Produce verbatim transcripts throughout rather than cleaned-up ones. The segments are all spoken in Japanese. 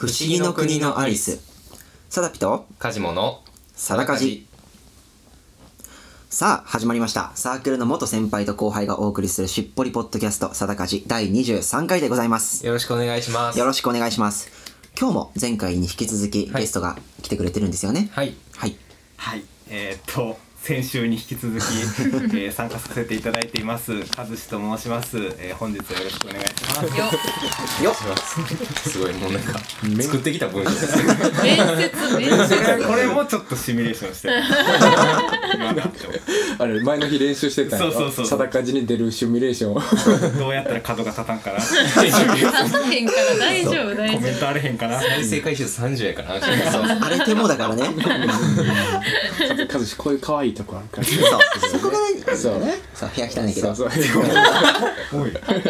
不思議の国のアリス。サダピとカジモのサダカジ。さあ始まりました。サークルの元先輩と後輩がお送りするしっぽりポッドキャストサダカジだいにじゅうさんかいでございます。 よろしくお願いします。 よろしくお願いします。今日も前回に引き続きゲストが来てくれてるんですよね。 はいはいはい、えー、っと先週に引き続き、えー、参加させていただいています和志と申します、えー、本日はよろしくお願いしますよっすごいもうなんか作ってきた文章ですね面接面接これもちょっとシミュレーションしてあれ前の日練習してたんやろ。 そうそうそうサダカジに出るシミュレーションどうやったら角が立たんかな立たへんから大丈夫大丈コメントあれへんかな再生回数さんじゅうやからあれ手もだからねカズシこういう可愛いとこあるからそうそこがねそうねそう部屋汚いけどそうそうおい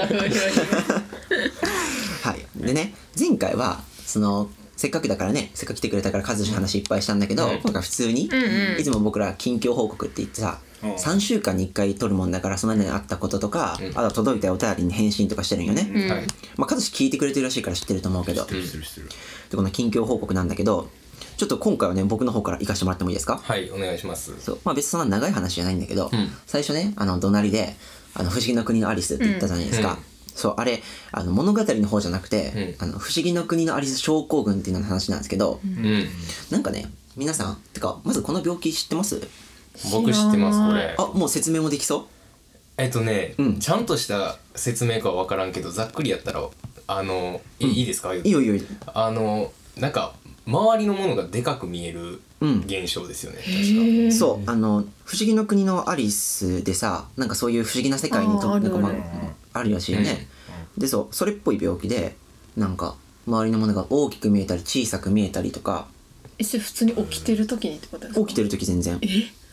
はいでね前回はそのせっかくだからねせっかく来てくれたから数の話いっぱいしたんだけど、うん、今回普通に、うんうん、いつも僕ら近況報告って言ってさ、うん、さんしゅうかんにいっかい撮るもんだからその間にあったこととか、うん、あと届いたお便りに返信とかしてるんよね、うんはいまあ、数聞いてくれてるらしいから知ってると思うけど、うん、でこの近況報告なんだけどちょっと今回はね僕の方から行かしてもらってもいいですか。 はいお願いします。 そうまあ別にそんな長い話じゃないんだけど、 うん、 最初ねあの隣であの不思議の国のアリスって言ったじゃないですか、うん、そうあれあの物語の方じゃなくて、うん、あの不思議の国のアリス症候群っていうのの話なんですけど、うん、なんかね皆さんてかまずこの病気知ってます？ 僕知ってますこれ。 あもう説明もできそう？ えっとね、うん、ちゃんとした説明かは分からんけどざっくりやったらあの、うん、いいですか？いいよいいよいいよ。 あのなんか周りのものがでかく見える現象ですよね、 うん、確かそうあの不思議の国のアリスでさなんかそういう不思議な世界にとあなんか、まあ、あるらしいよね、うん、でそうそれっぽい病気でなんか周りのものが大きく見えたり小さく見えたりとか。 えそれ普通に起きてる時にってことですか？ 起きてる時全然え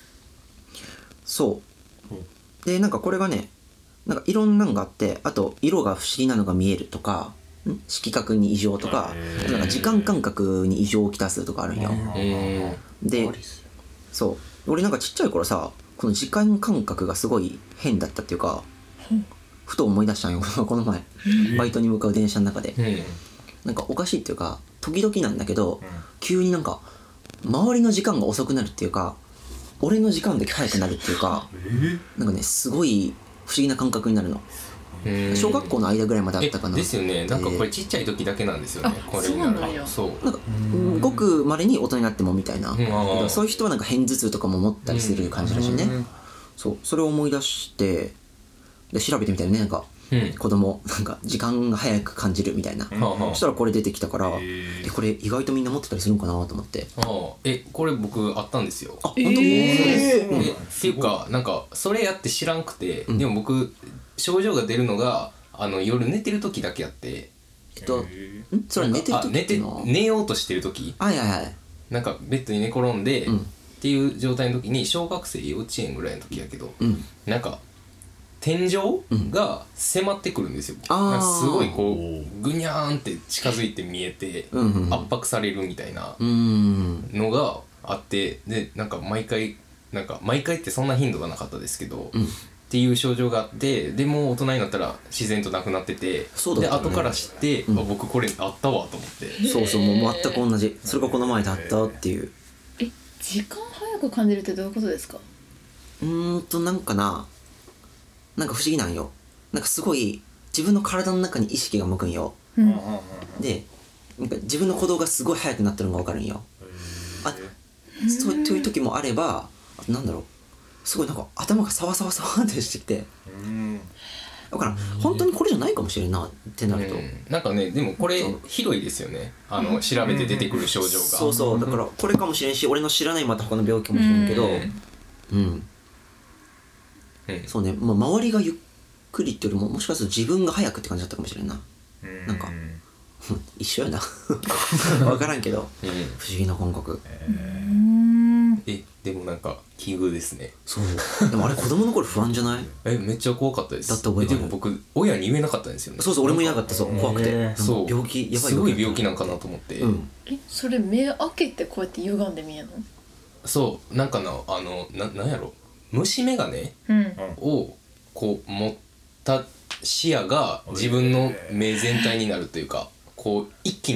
そうでなんかこれがねなんかいろんなのがあってあと色が不思議なのが見えるとか色覚に異常とかなんか時間感覚に異常をきたすとかあるんよ。でそう俺なんかちっちゃい頃さこの時間感覚がすごい変だったっていうかふと思い出したんよこの前バイトに向かう電車の中でなんかおかしいっていうか時々なんだけど急になんか周りの時間が遅くなるっていうか俺の時間だけ早くなるっていうかなんかねすごい不思議な感覚になるの。小学校の間ぐらいまであったかな。 ですよね。なんかこれちっちゃい時だけなんですよね。これになるの。そうなんかごくまれに大人になってもみたいな、うん、そういう人はなんか片頭痛とかも持ったりする感じらしいね、うん、そうそれを思い出してで調べてみたらねなんか、うん、子供なんか時間が早く感じるみたいな、うん、そしたらこれ出てきたからえこれ意外とみんな持ってたりするのかなと思って。 あえこれ僕あったんですよ。 あ本当？えー、えっていうかなんかそれやって知らんくて、うん、でも僕症状が出るのがあの夜寝てる時だけあって、 えっと、んそれは寝てる時寝て寝ようとしてる時、 はいはいはい、 なんかベッドに寝転んで、うん、っていう状態の時に小学生幼稚園ぐらいの時やけど、うん、なんか天井が迫ってくるんですよ、うん、なんかすごいこうぐにゃーんって近づいて見えて、うんうん、圧迫されるみたいなのがあってでなんか毎回なんか毎回ってそんな頻度がなかったですけど、うんっていう症状があってでもう大人になったら自然となくなっててそうだ、ね、で後から知って、うん、僕これあったわと思ってそうそうもう全く同じそれがこの前だったっていう。 え時間早く感じるってどういうことですか？ うーんとなんかななんか不思議なんよ。なんかすごい自分の体の中に意識が向くんよ、うん、でなんか自分の鼓動がすごい速くなってるのが分かるんよ。あそういう時もあればなんだろうすごいなんか頭がサワサワサワってしてきて、うん、だから本当にこれじゃないかもしれんなってなると、うん、 なんかねでもこれ広いですよねあの調べて出てくる症状が、うん、 そうそうだからこれかもしれんし俺の知らないまた他の病気かもしれんけどうん、うんうん、そうね、まあ、周りがゆっくりってよりももしかすると自分が早くって感じだったかもしれんな、うん、なんか一緒やな分からんけど、うん、不思議な感覚、えー、えでもなんか奇遇ですね。 そうでもあれ子供の頃不安じゃない？ えめっちゃ怖かったです。 だって覚えてる。 でも僕親に言えなかったんですよね。 そうそう俺も言えなかったそう怖くてそう病気やばいすごい病気なんかなと思って、うん、 えそれ目開けてこうやって歪んで見えるの？ そうなんかなあのななんやろ虫眼鏡をこう持った視野が自分の目全体になるというかこう一気に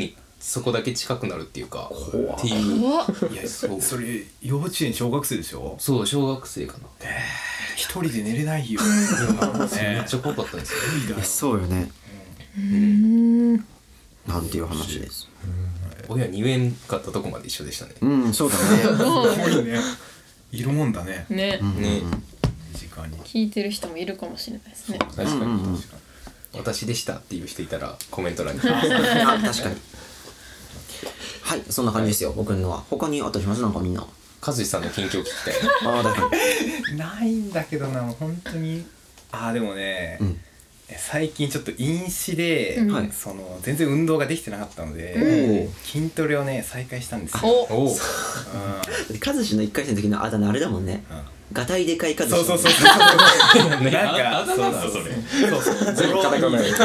そこだけ近くなるっていうかっていう怖っ。 いやそうそれ幼稚園小学生でしょ。 そう小学生かな一人で寝れないよ。 めっちゃ怖かったんですよいやそうよねうーん。 なんていう話です。 親に言えんかったとこまで一緒でしたねうんそうだねすごいね。いるもんだね。 ね、 ね身近に。 聞いてる人もいるかもしれないですね。 確かに、 うんうんうん私でしたっていう人いたらコメント欄にあ確かにはいそんな感じですよ僕のは。他にあったりしますなんかみんな。 和志さんの近況聞きたいああだからないんだけどな本当に。あーでもね、 うん最近ちょっと飲酒で、 うんはいその全然運動ができてなかったので、 うん筋トレをね再開したんですよ。 お、 おおカズシのいっかい生の時のあだ名あれだもんね。 うんうんガタイでかいカズシ。 そうそうそうそうねなんかああだ名なのそれそうそう全部カタカナで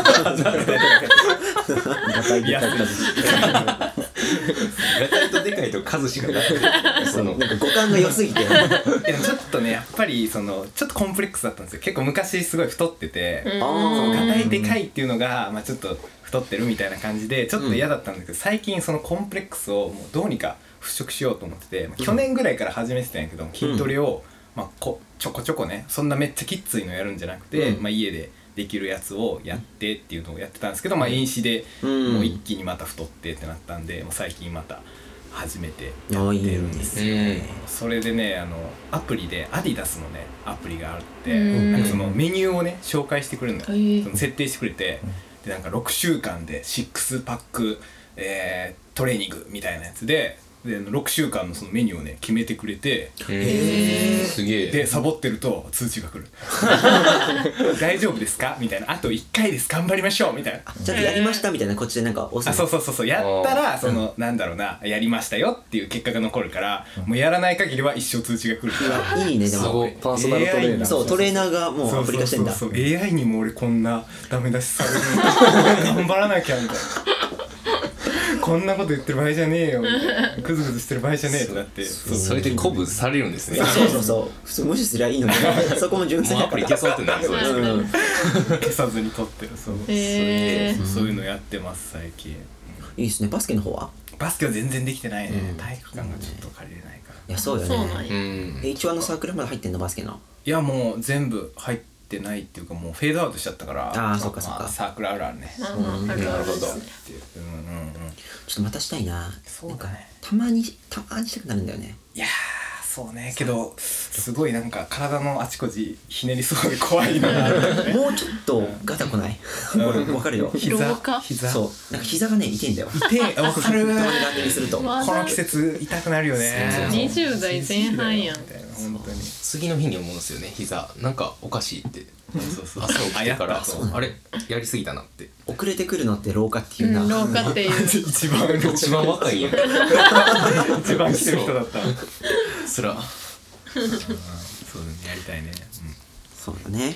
いやガタイとでかいと和志がそのなんか五感が良すぎて。 でもちょっとねやっぱりそのちょっとコンプレックスだったんですよ。結構昔すごい太ってて、 うんそのあガタイでかいっていうのが、まあ、ちょっと太ってるみたいな感じでちょっと嫌だったんだけど、最近そのコンプレックスをもうどうにか払拭しようと思ってて、まあ去年ぐらいから始めてたんやけど筋トレを、まあ、こちょこちょこねそんなめっちゃきっついのやるんじゃなくて、 うんまあ、家でできるやつをやってっていうのをやってたんですけど、まあ、飲酒でうんもう一気にまた太ってってなったんでもう最近また初めてやってるんですよ。 うんそれでねあのアプリでアディダスのねアプリがあってうんなんかそのメニューをね紹介してくれるのよ、 へーその設定してくれてでなんかろくしゅうかんでシックスパック、えートレーニングみたいなやつででろくしゅうかんのそのメニューをね決めてくれてへえすげえでサボってると通知が来る大丈夫ですかみたいなあといっかいです頑張りましょうみたいなちゃんとやりましたみたいなこっちでなんか押すあの。 そうそうそうそうやったらそのなんだろうなやりましたよっていう結果が残るからもうやらない限りは一生通知が来るからうわいいねですも。 ごいパーソナルトレーナーそうトレーナーがもうそうアプリ化してんだ。 そうそうそう エーアイ にも俺こんなダメ出しされるの頑張らなきゃみたいなこんなこと言ってる場合じゃねえよみたいなグズグズしてる場合じゃねえとだってそうそれで鼓舞されるんですねそうそうそう普通無視すりゃいいのにそこも純粋もうアプリだから。 消そうってなりそうですねうん消さずに撮ってるそう、 へーそういうのやってます最近いいですねバスケの方は。 バスケは全然できてないね、体育館がちょっと借りれないからいやそうよね。 そうなんや。 うんえ一応あのサークルまで入ってんのバスケの。 いやもう全部入ってないっていうかもうフェードアウトしちゃったからあーそっかそっかまあサークルあるあるねあーあるあるですね。 うんうんうんちょっとまたしたいな。 そうだねなんかたまにたまにしたくなるんだよね。 いやーそうねけどすごいなんか体のあちこちひねりそうで怖いのがあるよねもうちょっとガタ来ない。俺わかるよ。 膝老化膝そうなんか膝がね痛いんだよ。 痛いわかるたまにランニングすると。 まこの季節痛くなるよねにじゅう代前半やんみたいな本当に次の日に思うんですよね膝なんかおかしいってそうそう朝起きてからあやったあれやりすぎたなって遅れてくるのって老化っていうな。 うん、老化っていう。 一番一番若いやん一番来てる人だったすらそうねやりたいねそうだね。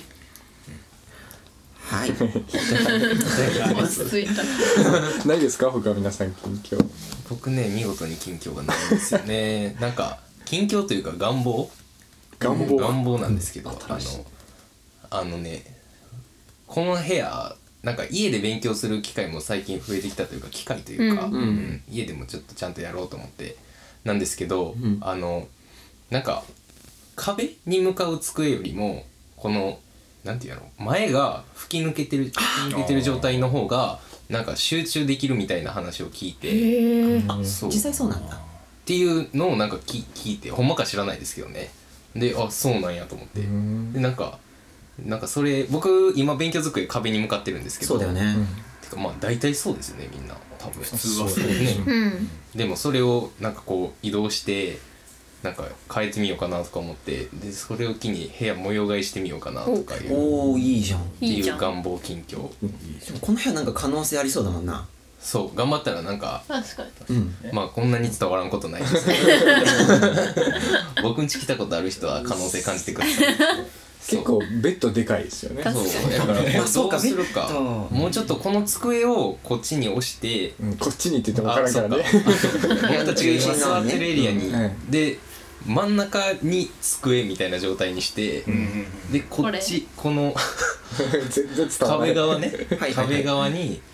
はい。 落ち着いた。 ないですか他皆さん近況。 僕ね見事に近況がないんですよねなんか近況というか願望願望願望なんですけど、あのあのねこの部屋なんか家で勉強する機会も最近増えてきたというか機会というか、 うんうん家でもちょっとちゃんとやろうと思ってなんですけど、 んあのなんか壁に向かう机よりもこのなんていうの前が吹き抜けてる吹き抜けてる状態の方がなんか集中できるみたいな話を聞いてへえ。 そう実際そうなんだ。 っていうのをなんか聞聞いてほんまか知らないですけどねであそうなんやと思ってでなんかなんかそれ僕今勉強机壁に向かってるんですけどそうだよね。 てかまあ大体そうですよねみんな多分普通はそうねうん。ででもそれをなんかこう移動してなんか変えてみようかなとか思ってでそれを機に部屋模様替えしてみようかなとかいうっおおいいじゃん。 ていいじゃん。 いう願望近況でもこの部屋なんか可能性ありそうだもんな。 そう頑張ったらなんか確かに。 うん。 まあこんなに伝わらんことないですけど僕ん家来たことある人は可能性感じてください結構ベッドでかいですよね。 確かにそうだからまあそうかどうするかベッドもうちょっとこの机をこっちに押してうん、こっちにって言っても分からんからね。 僕たちが今座ってるエリアに、 うんで真ん中に机みたいな状態にして、 うんうんでこっちこの全然伝わらない。 壁側ねはいはい壁側に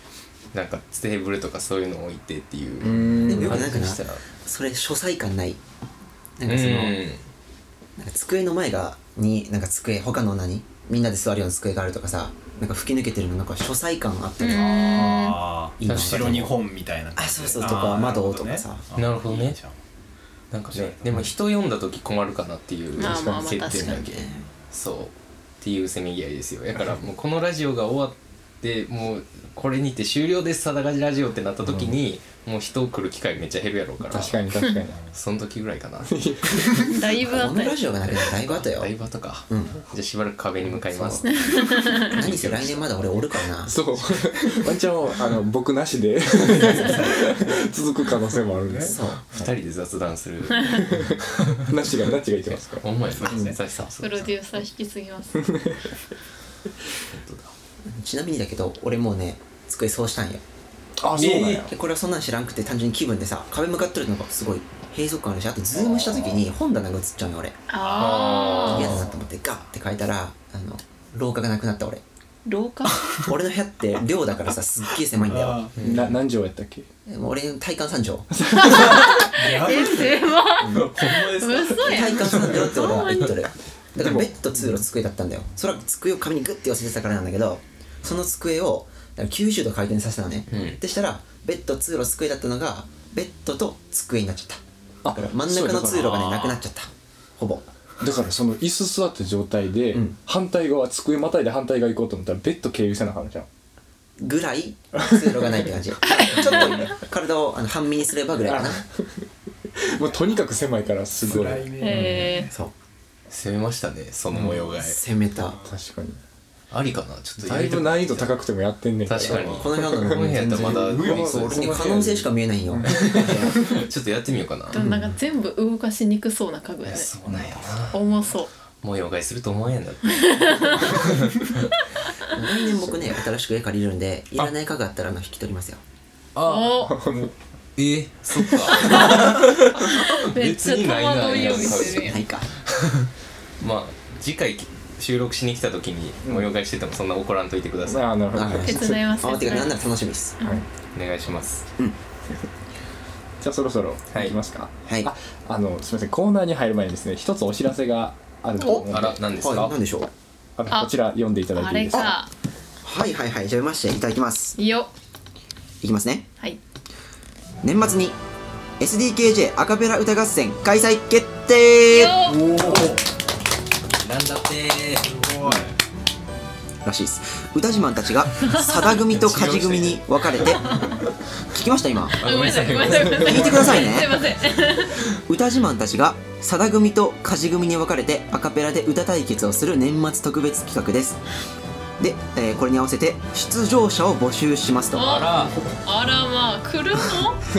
なんかテーブルとかそういうのを置いてっていう。 でもよくなんかなしたらそれ書斎感ない。なんかそのなんか机の前がになんか机他の何みんなで座るような机があるとかさ、なんか吹き抜けてるのなんか書斎感あったり、 あいいな後ろに本みたいなあそうそうとか窓とかさ、 なるほどねいいじゃんなんかね、でも人呼んだ時困るかなっていうまあまあまあ欠点だ確かけ、そうっていうせめぎ合いですよ。だからもうこのラジオが終わってもうこれにて終了ですさだがじラジオってなった時に、もう人来る機会めっちゃ減るやろうから、 確かに確かにその時ぐらいかなだいぶあこのったよラジオがなくなるだいぶ後よ。 だいぶ後か、 うんじゃあしばらく壁に向かいます。 何せ来年まだ俺おるからな。 そうワンちゃんはあの僕なしで続く可能性もあるね。 そうふたりで雑談するなしがなちが言ってますかお前ささプロデューサー引き継ぎますちなみにだけど俺もうね机そうしたんよ。 ら。あそうなんや。 でこれはそんなん知らんくて単純に気分でさ壁向かってるのがすごい閉塞感あるし、あとズームした時に本棚が映っちゃうの俺あ嫌だなと思ってガッて書いたらあの廊下がなくなった俺。 ー廊下俺の部屋って寮だからさすっげえ狭いんだよ。 な何畳やったっけ？ でも俺体感さん畳え狭嘘やん体感さん畳って俺は言っとる。だからベッド通路机だったんだよ。それは机を壁にグッて寄せてたからなんだけど、その机をだからきゅうじゅうど回転させたのね、 うん、 でしたらベッド通路机だったのがベッドと机になっちゃった。 あだから真ん中の通路がねなくなっちゃったほぼ。 だからその椅子座った状態で、うん、反対側机またいで反対側行こうと思ったらベッド経由せなあかんじゃんぐらい通路がないって感じちょっと体をあの半身にすればぐらいかなもうとにかく狭いからすごい辛いねへーそう攻めましたねその模様替え、 攻めた。 確かにありかなちょっとだいぶ難易度高くてもやってんねんから確かにこの部屋のこの部屋やったらまだそう俺に可能性しか見えないよちょっとやってみようかな。 でもなんか全部動かしにくそうな家具やね。 そうなんやな。 重そう。 模様替えすると思わんやんだって来年僕ね新しく家借りるんでいらない家具あったらあの引き取りますよ。 あおえー、そっかめっちゃ戸惑いを見せるやんないかまあ次回収録しに来た時に模様替えしててもそんな怒らんといてください、 ああなるほど、 あ手伝いますあてか手伝いますなんなら楽しみです。 はい、 お願いします。 じゃあそろそろはいいきますか。 はいああのすみませんコーナーに入る前にですね一つお知らせがあると思うのであら何ですか、 はい、なんでしょう。 あのこちら読んでいただいあていいですか。 れかはいはいはいじゃあ読ませていただきます。 いいよいきますね。 はい年末に エスディーケージェー アカペラ歌合戦開催決定よおおなんだってらしいです。歌自慢たちが佐田組と梶組に分かれて聞きました今。 あごめんなさいごめんなさいごめんなさい聞いてくださいねすいません歌自慢たちが佐田組と梶組に分かれてアカペラで歌対決をする年末特別企画です。で、えーこれに合わせて出場者を募集しますと。 あらあらまあ来るの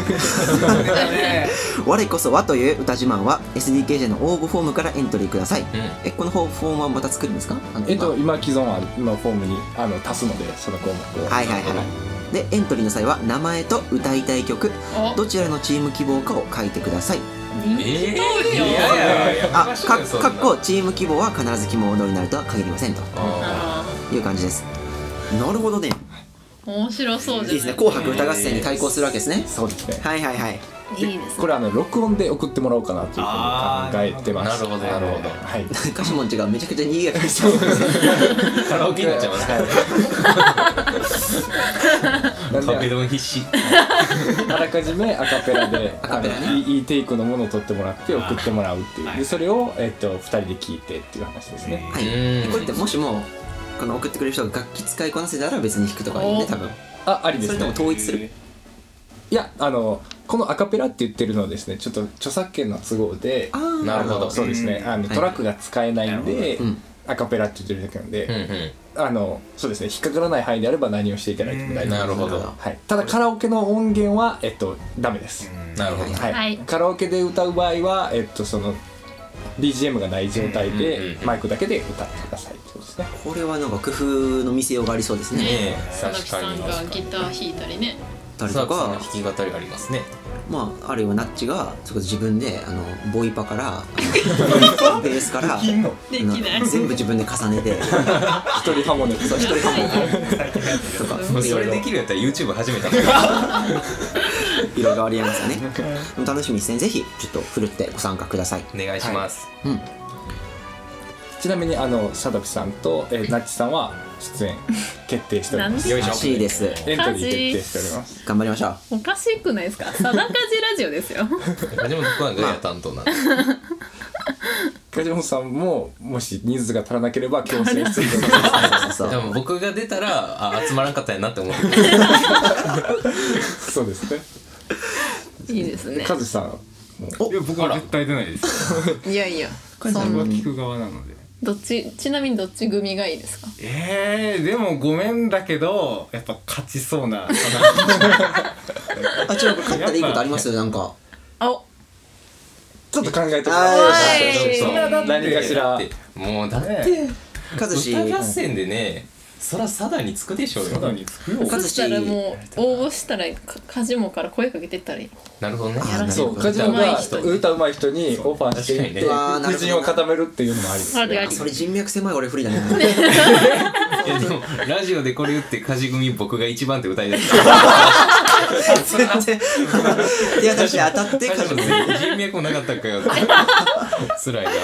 我こそはという歌自慢は エスディーケージェー の応募フォームからエントリーください。 うんえこのフォームはまた作るんですか？あのえっと今今既存はのフォームにあの足すのでその項目をはいはいはいでエントリーの際は名前と歌いたい曲おどちらのチーム希望かを書いてください。 人気投い票やいやいやあかやめましょうよそんなかっこチーム希望は必ず希望通りになるとは限りませんとああいう感じです。なるほどね。 ー面白そうじゃないいいですね。紅白歌合戦に対抗するわけですね。 そうですね。 はいはいはい。 いいですねこれあの録音で送ってもらおうかなというふうに考えてます。 なるほどなるほどはい。 歌詞もんちがめちゃくちゃ賑やかにしてますーカラオケになっちゃいますからねなん壁でドン必死あらかじめアカペラでアカペラねあのいいいいテイクのものを取ってもらって送ってもらうっていう。でそれをえっとふたりで聞いてっていう話ですね。 はい。 うんこれってもしもこの送ってくれる人が楽器使いこなせたら別に弾くとかいいね多分。 あありですそれともね。 統一する。 いやあのこのアカペラって言ってるのはですねちょっと著作権の都合であーなるほどあのそうですねあのはいトラックが使えないんで、 うんアカペラって言ってるだけなんで、 うんうんあのそうですね引っかからない範囲であれば何をしていただいても大丈夫です。 なるほどはい、ただカラオケの音源はえっとダメです。 なるほどはいはいカラオケで歌う場合はえっとその ビージーエム がない状態うんうんでうんマイクだけで歌ってくださいってことですね。 これはなんか工夫の見せようがありそうですね。 ねえ佐々木さん確かにがギター弾いたりねたりとか、 弾き語りありますね。 まああるいはナッチがそこ自分であのボイパからベースからできない全部自分で重ねて一人ハモネそう一人ハモとかもうそれできるやったら YouTube 始めたら色がありますよね。楽しみですね。ぜひちょっとふるってご参加ください。 お願いします、 うん。 ちなみにあのサダピさんと、えー、ナッチさんは出演決定しております。 なんでらしいです。 エントリー決定しております。 頑張りましょう。 おかしくないですか？さだかじラジオですよ。 でも僕はガヤ担当なんで、 梶本さんももし人数が足らなければ強制出演そうそうそうでも僕が出たらあ集まらんかったんやなって思ってそうですね。 いいですね。 カズさんいや僕は絶対出ないですよ。 いやいや、そ僕はんな聞く側なので。 どっちちなみにどっち組がいいですか？ えー、でもごめんだけどやっぱ勝ちそうな。 あ、ちょっと勝ったらいいことありますなんか。 あ、 ちょっと考えてくあださーい。 そう何かしらだってもうだってねカズシ歌合戦でねそらサダにつくでしょうよ。 サダにつくよ。 カズシそしたらもう応募したらかカジモから声かけてったらいい。 なるほどね。 あーそう、カジ本が歌うまい人にオファーしていって確かにね夫人を固めるっていうのもありですね。 あるある。 それ人脈狭い俺不利だね。 いやでもラジオでこれ言ってカジ組僕が一番って歌いだした。 全然いや確かに当たってカカジジも全然人脈もなかったんかよ。辛いな。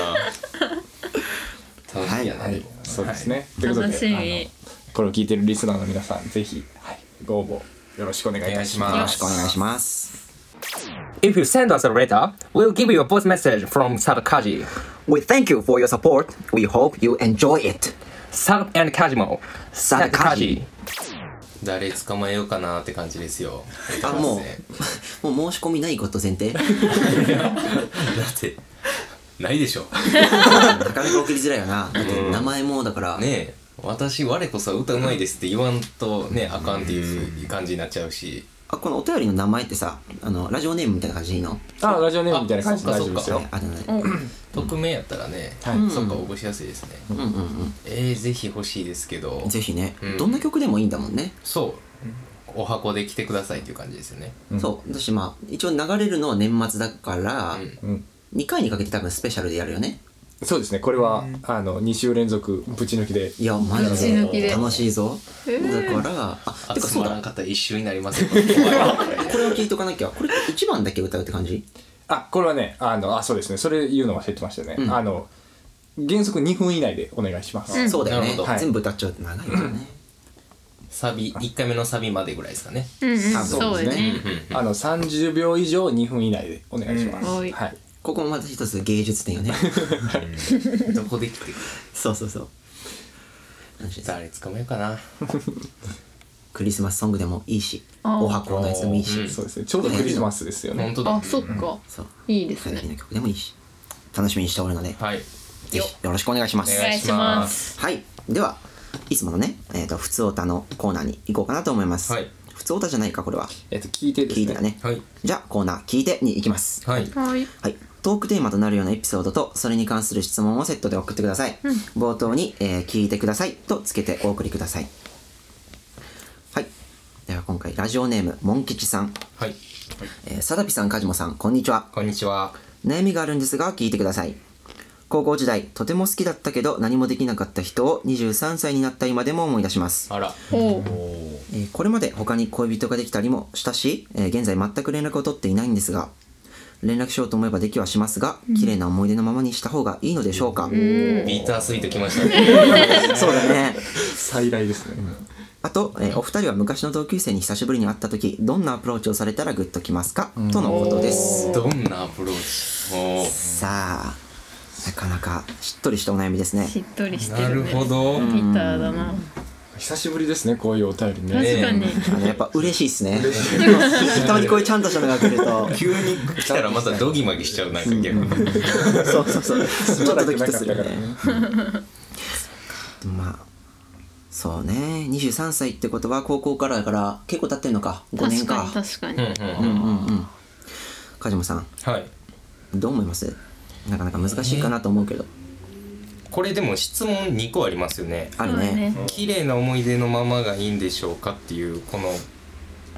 楽しみやな。 はい、そうですね。ということで、 楽しみあのこれを聞いてるリスナーの皆さんぜひ、はい、ご応募よろしくお願いいたします。 よろしくお願いします。 If you send us a letter, we'll give you a voice message from Sadakaji. We thank you for your support. We hope you enjoy it. Sad and Kajimo. Sadakaji. 誰捕まえようかなって感じですよ。 あ、もうもう申し込みないこと前提。 だってないでしょ。 なかなか送りづらいよな。だって名前もだからねえ、私我こそは歌うまいですって言わんとねあかんっていう感じになっちゃうし。 あ、このお便りの名前ってさ、あのラジオネームみたいな感じでいいの？ あ、ラジオネームみたいな感じで大丈夫ですよ。 あ、でもね。 匿名やったらね、 はいそっか応募しやすいですね。 うんうんうん。 えー、ぜひ欲しいですけど。 ぜひね、 うんどんな曲でもいいんだもんね。 そうお箱で来てくださいっていう感じですよね。 うんそうだし、まあ一応流れるのは年末だから、 うんうん、 にかいにかけて多分スペシャルでやるよね。 そうですね。これは、あのに週連続ぶち抜きで。 いやマジぶち抜きでで楽しいぞ。だからあ、てかそうだ、 集まらんかったら一周になりますよ。 これを聞いとかなきゃ。これいちばんだけ歌うって感じ？ あ、これはね、あのあそうですね。それ言うの忘れてましたね。 うんあの原則にふん以内でお願いします。 うんそうだよねなるほど。 はい全部歌っちゃうって長いからね。 サビいっかいめのサビまでぐらいですかね。 うんうん、 多分そうですね。 あのさんじゅうびょう以上にふん以内でお願いします。 うんはいはい。 ここもまた一つ芸術点よね。 どこで来てくるそうそうそう。なんし誰捕まえようかな。 クリスマスソングでもいいし、 あーお箱のやつでもいいし、 うんそうですね。ちょうどクリスマスですよね。 本当だあ、。そっか。 そういいですね。 流行りの曲でもいいし、楽しみにしておるので、 はい。 ぜひよろしくお願いします。 お願いします。 はい、ではいつものね、えっ、とふつおたのコーナーに行こうかなと思います。 はい。 ふつおたじゃないかこれは。 えっと聞いてですね。 聞いてだね。 はい。 じゃあコーナー聞いてに行きます。 はい。 はい。 はい、トークテーマとなるようなエピソードとそれに関する質問をセットで送ってください。冒頭に、えー聞いてくださいとつけてお送りください。はい。では今回ラジオネームモン吉さん、 はい。 えー、サダピさん、カジモさん、こんにちは。 こんにちは。 悩みがあるんですが聞いてください。高校時代とても好きだったけど何もできなかった人をにじゅうさんさいになった今でも思い出します。 あら。 おう。 えーこれまで他に恋人ができたりもしたし、えー現在全く連絡を取っていないんですが、連絡しようと思えばできはしますが、綺麗な思い出のままにした方がいいのでしょうか。 ビータースイートきましたね。 そうだね。 再来ですね。 あと、えーお二人は昔の同級生に久しぶりに会った時どんなアプローチをされたらグッときますか、とのことです。 どんなアプローチ。おーさあ、なかなかしっとりしたお悩みですね。 しっとりしてなるるね。 ほど。 ギターだな。 久しぶりですね。こういうお便り確ね。 かに。 あのやっぱ嬉しいっすね。たまにこういうちゃんとしたのが来ると、 急に来たらまたドギマギしちゃうなんか逆に。 そうそうそう、ちょっとドキッとするよしばらくなかったね。でもまあそうね、にじゅうさんさいってことは高校からだから結構経ってんのか、ごねん確かか。 に確かに。 うんうんうん。 うんうん。梶間さんはい。 どう思います？なかなか難しいかなと思うけど、 これでも質問にこありますよね。 あるね。 そうだね。 綺麗な思い出のままがいいんでしょうかっていうこの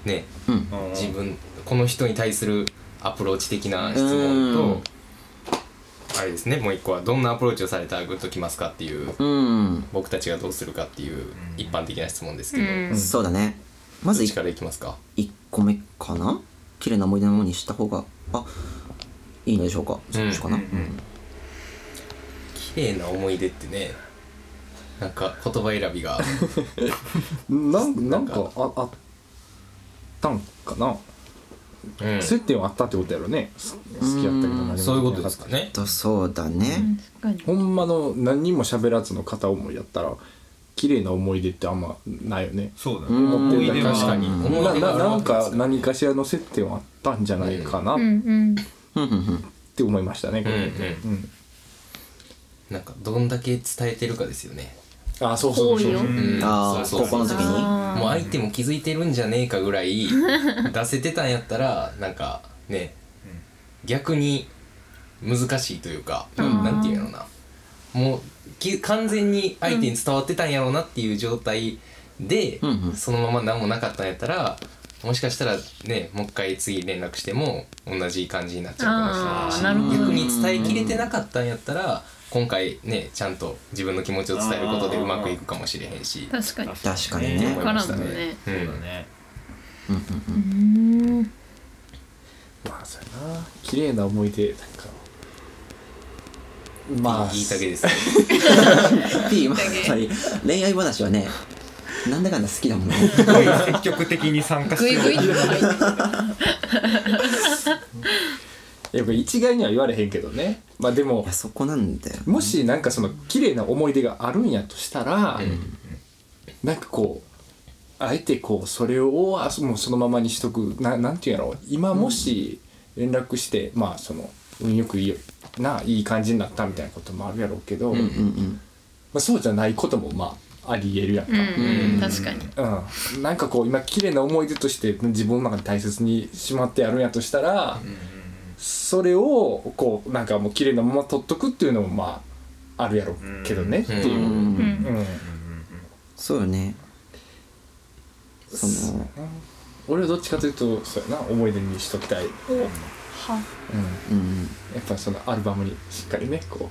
ね、 うんうん自分この人に対するアプローチ的な質問と、あれですね、もう一個はどんなアプローチをされたらグッときますかっていう、 うん僕たちがどうするかっていう一般的な質問ですけど、 うんそうだね。まずどっちからいきますか？ いっこめかな。綺麗な思い出のものにした方があいいのでしょうか。そっちかな。 うんうん綺麗な思い出ってね、なんか言葉選びがなんなんかああったんかな、 うん接点はあったってことやろね。す好きやったけど何もそういうことですかね。 とそうだね。 確かほんまの何にも喋らずの片思いやったら綺麗な思い出ってあんまないよね。 そうだね。 うん思い出は確かに思ないな出があるなんかわけですから何かしらの接点はあったんじゃないかなっに。うんうん。 ふんふんふん。 て思いましたね、これ見てうんうんなんかどんだけ伝えてるかですよね。 あそうそうそう好意をうんああそうそう高校の時に。 あーもう相手も気づいてるんじゃねえかぐらい出せてたんやったらなんかね、逆に難しいというか、 うんなんていうのな、もうき完全に相手に伝わってたんやろうなっていう状態で、 うんうんそのまま何もなかったんやったらもしかしたらね、もう一回次連絡しても同じ感じになっちゃうかもしれないし、 あーなるほど逆に伝えきれてなかったんやったら今回ねちゃんと自分の気持ちを伝えることでうまくいくかもしれへんし、 確かに。 確かにね。 わからんもんね。 うんそうだね。 うんうんうん。 まあそうやな綺麗な思い出なんかまあ言いたげですね。 うん。P まあやっぱり恋愛話はね、なんだかんだ好きだもんね。 すごい積極的に参加してグイグイる。 と入ってやっぱ一概には言われへんけどね。まあでもいやそこなんだよ。 もしなんかその綺麗な思い出があるんやとしたら、なんかこうあえてこうそれをあもうそのままにしとくななんていうんやろう、今もし連絡して、まあその運よくいいないい感じになったみたいなこともあるやろうけど、 うんうんまあ、そうじゃないこともまあありえるやんか。 うんうん。確かに。 うん、なんかこう今綺麗な思い出として自分の中で大切にしまってやるんやとしたら、それをこうなんかもう綺麗なまま取っとくっていうのもまああるやろうけどねっていう、 うんうん。 うん。 うんそうよね。その俺はどっちかというとそうやな思い出にしときたい、うん、 は。 うんやっぱそのアルバムにしっかりねこ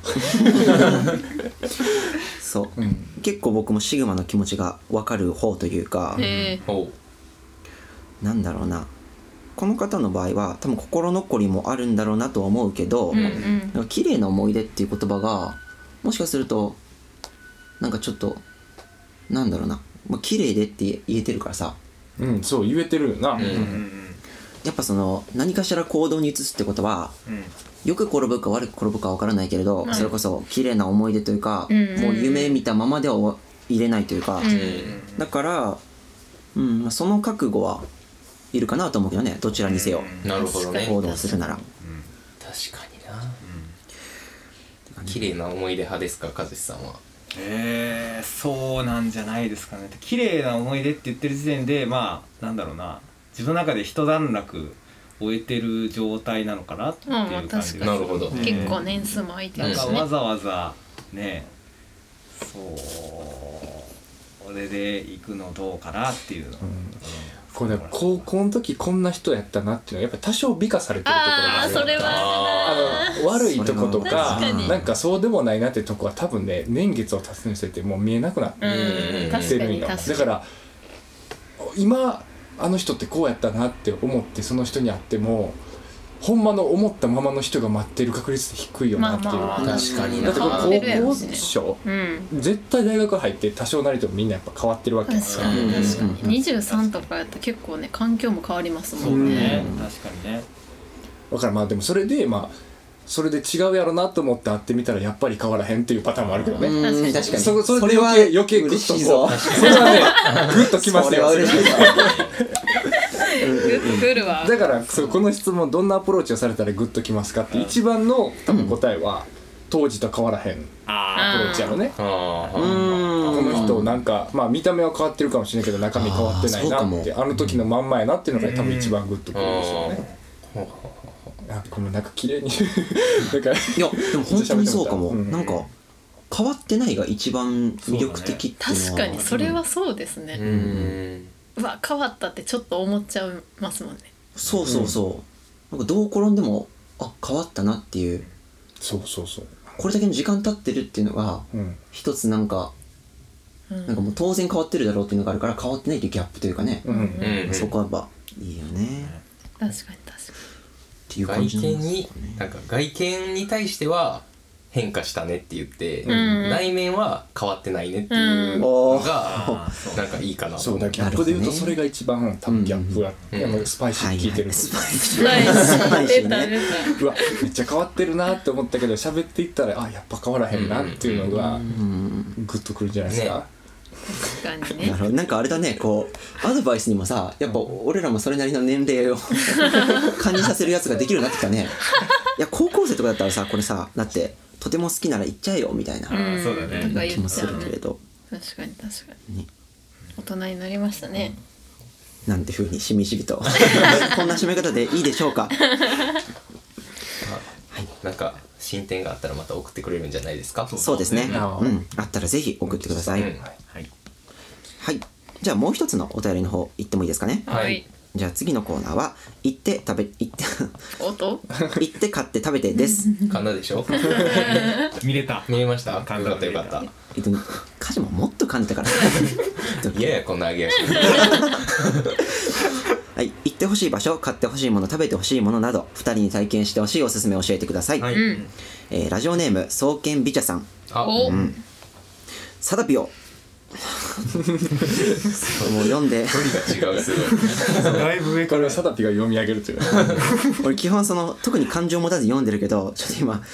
そうう、うん、 結構僕もシグマの気持ちが分かる方というか、 へえ。 おうなんだろうな、この方の場合は多分心残りもあるんだろうなとは思うけど、 うんうん。 なんか綺麗な思い出っていう言葉がもしかするとなんかちょっとなんだろうな、まあ、綺麗でって言えてるからさ、 うん、そう言えてるよな、 うんうんうんやっぱその何かしら行動に移すってことはうんよく転ぶか悪く転ぶか分からないけれど、 はいそれこそ綺麗な思い出というか、 うんうんうんもう夢見たままでは入れないというか、 うんだから、うんまあ、その覚悟はいるかなと思うけどね、どちらにせよなるほどね。 行動するなら。 確かにな。綺麗な思い出派ですか、和志さんは。 えー、そうなんじゃないですかね。綺麗な思い出って言ってる時点でまあなんだろうな、自分の中で一段落終えてる状態なのかなっていう感じがする、 なるほど。 結構年数も空いてなんるしね。 かわざわざね、そうこれで行くのどうかなっていうの、 これね高校の時こんな人やったなっていうのはやっぱ多少美化されてるところがああ、 あるそれはあの悪いとことかそれは確かになんかそうでもないなってとこは多分ね年月を経つにつれてもう見えなくなってある。うん。確かるんよに確かに。 だから今あの人ってこうやったなって思ってその人に会ってもほんまの思ったままの人が待ってる確率って低いよなっていう、 まあまあ確かになだってこ変わってるれ高校やろしねでしょうん。 絶対大学入って多少なりともみんなやっぱ変わってるわけや確かにうん確かに。にじゅうさんとかやったら結構ね、環境も変わりますそうもんね。 ね、確かにね。 だからまあでもそれでまあそれで違うやろなと思って会ってみたらやっぱり変わらへんっていうパターンもあるけどね、 うん確かにそそれでそれは余計余計グッとこ嬉しいぞうそれはねグッときますそれよは嬉しいぞグッとくるわ。 だからそうこの質問どんなアプローチをされたらグッときますかって一番の多分答えは当時と変わらへんアプローチやろね、 ああ、 うこんの人なんかまあ見た目は変わってるかもしれないけど中身変わってないなあーそうかってあの時のまんまやなっていうのが多分一番グッとくるんですよね、あこのなんか綺麗になんかいやでも本当にそうかも、 うんなんか変わってないが一番魅力的っていうのは確かにそれはそうですうね。 ん。 うわ変わったってちょっと思っちゃいますもんね。 そうそうそう、なんかどう転んでもあ変わったなっていう、 そうそうそう、 これだけの時間経ってるっていうのが、 うん、 一つなんか、うん、なんかもう当然変わってるだろうっていうのがあるから変わってないっていうギャップというかね、 うんうん、 そこはやっぱいいよね。 確かに確かに。 っていう感じ外見なんですよね。 になんか外見に対しては変化したねって言って、 ん内面は変わってないねっていうのがなんかいいかなと思う。 そうだ、ギャップで言うとそれが一番多分ギャップが、 うんやっぱスパイシー効いてる、 スパイシスパイシー出た出うわめっちゃ変わってるなって思ったけど喋っていったらあやっぱ変わらへんなっていうのがうんグッとくるじゃないですか、 ねた。確かにね。 なるほど。なんかあれだね、こうアドバイスにもさ、やっぱ俺らもそれなりの年齢を感じさせるやつができるようになってきたね。いや高校生とかだったらさ、これさ、だってとても好きなら言っちゃえよみたいなうんそうだねとか言気もすっちゃうね。 るけれど、 確かに確かに。 ね、 大人になりましたね。 なんて風にしみじみとこんな締め方でいいでしょうか。 なんか進展があったらまた送ってくれるんじゃないですか。 そうですね。 あーうん、あったらぜひ送ってください。 うんはいはい。じゃあもう一つのお便りの方行ってもいいですかね。 はいはい。 じゃあ次のコーナーは行って食べ行って音？ 行って買って食べてです。 噛んだでしょ。 見れた見えました。よか噛んだったよかった。 えっとカジももっと噛んでたから。 いやいやこんな揚げ足。 はい、行ってほしい場所、買ってほしいもの、食べてほしいものなど、ふたりに体験してほしいおすすめを教えてください。 はい。 うん。 えーラジオネーム、双剣美茶さん。 あ、 お。 サダピオ。もう読んで、 距離が違うすごい。 だいぶ上からこれをサタピが読み上げるという俺基本その、特に感情持たず読んでるけど、ちょっと今、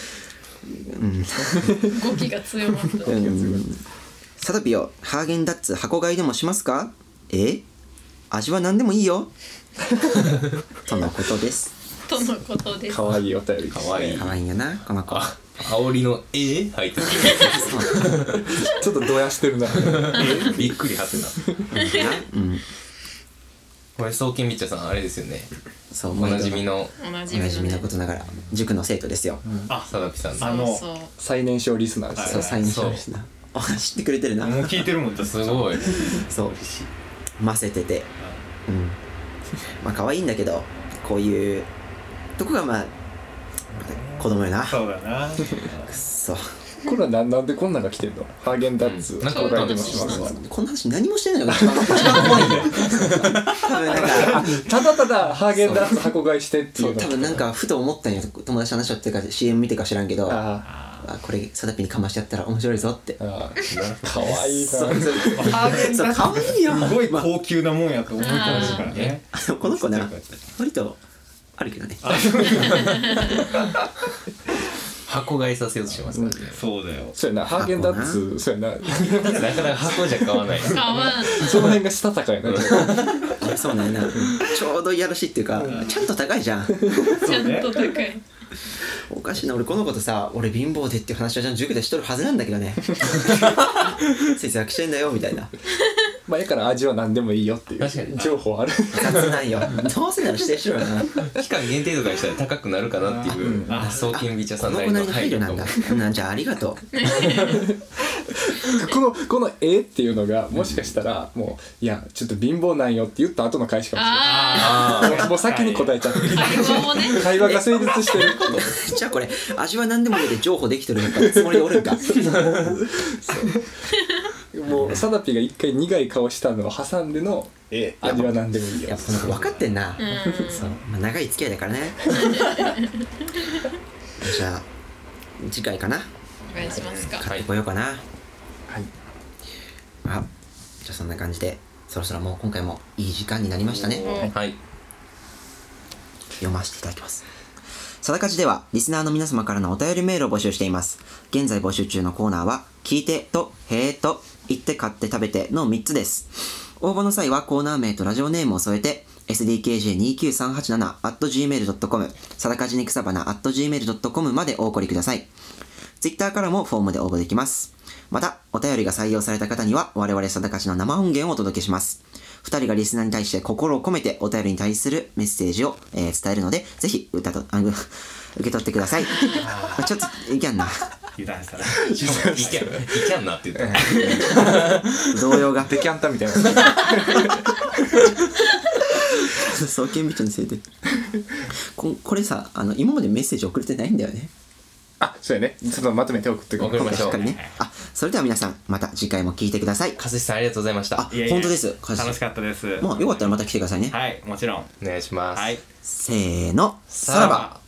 語気が強まった。 うん、サダピオ、ハーゲンダッツ箱買いでもしますか？え？味は何でもいいよ。とのことです。 とのことです。 可愛いお便りかわいい。 可愛いんやな、この子。 あ、煽りのえー入ってちょっとどやしてるなる。びっくりはてな。 うん、 これ双剣みっちゃさんあれですよね。 そう、 おなじみのおなおじみのねなじみのことながら、塾の生徒ですよ。 サダピさんの。 あのそう最年少リスナーですそう、 よ最年少ですな。あ、知ってくれてるな。 もう聞いてるもんだすごい。 そう、ませてて、うん、まあ可愛いんだけど、こういうとこがまあ子供よな。 そうだなくっそ。 これは何なんでこんなんが来てんの？ハーゲンダッツうんなんか箱買いでもしますか？ こんな話何もしてないのが一番一番怖いよ。多分なんか、 ただただハーゲンダッツ箱買いしてっていのそうう多分なんかふと思ったんや、友達と話し合ってか シーエム 見てか知らんけど、ああこれサダピにかましてやったら面白いぞって。 ーあーかわいいなそうそうハーゲンそうダッツ可愛いよ。 すごい高級なもんやと思い込んでるからねあのこの子な、割とあるけどね。 箱買いさせようとしますからね。 そうだよそうやな、ハーゲンダッツそうやななかなか箱じゃ買わない。 かわん。 その辺がしたたかやなそうなんやな。ちょうどいやらしいっていうか、ちゃんと高いじゃん。 ちゃんと高い。 おかしいな、俺この子とさ、俺貧乏でっていう話はじゃん塾でしとるはずなんだけどね。節約してんだよみたいな。 まあやから味は何でもいいよっていう確かに情報ある雑なんよ。どうせなら指定しろよな。 期間限定とかにしたら高くなるかなっていう双剣美茶さんなりのこの子なりの配慮なんだ配慮かも。。 なんじゃあありがとう。 このこの絵っていうのがもしかしたらもういやちょっと貧乏なんよって言った後の返しかもしれないああもうもう先に答えちゃってるあ。会話もね。 会話が成立してるじゃあこれ味は何でもいいで情報できてるのかつもりでおるんか。 もうサダピが一回苦い顔したのを挟んでのえ味は何でもいいよやっぱこの子分かってんな。 うん。 そう、まあ、長い付き合いだからね。じゃあ次回かな。 お願いしますか。 買ってこようかな。 はいあ、じゃあそんな感じでそろそろもう今回もいい時間になりましたね。 はい。 読ませていただきます。さだかじではリスナーの皆様からのお便りメールを募集しています。現在募集中のコーナーは聞いてとへーと言って買って食べてのみっつです。応募の際はコーナー名とラジオネームを添えて エスディーケージェーにきゅうさんはちなな アットジーメールドットコム さだかじに草花 アットジーメールドットコム までお送りください。ツイッターからもフォームで応募できます。またお便りが採用された方には我々さだかじの生音源をお届けします。二人がリスナーに対して心を込めてお便りに対するメッセージを、えー伝えるのでぜひ歌とあの受け取ってください。ちょっといけんな。 油断したらいけんいけんなって言った動揺がデキャンタみたいな双剣美茶のせいでここれさあの今までメッセージ送れてないんだよね。 あ、そうやね。ちょっとまとめて送ってく送りましょう。 確かにね。あ、それでは皆さんまた次回も聞いてください。 和志さんありがとうございました。 あ、本当です。 楽しかったです。 まあよかったらまた来てくださいね。 はい、もちろん。 お願いします。 はい。 せーの、 さらば。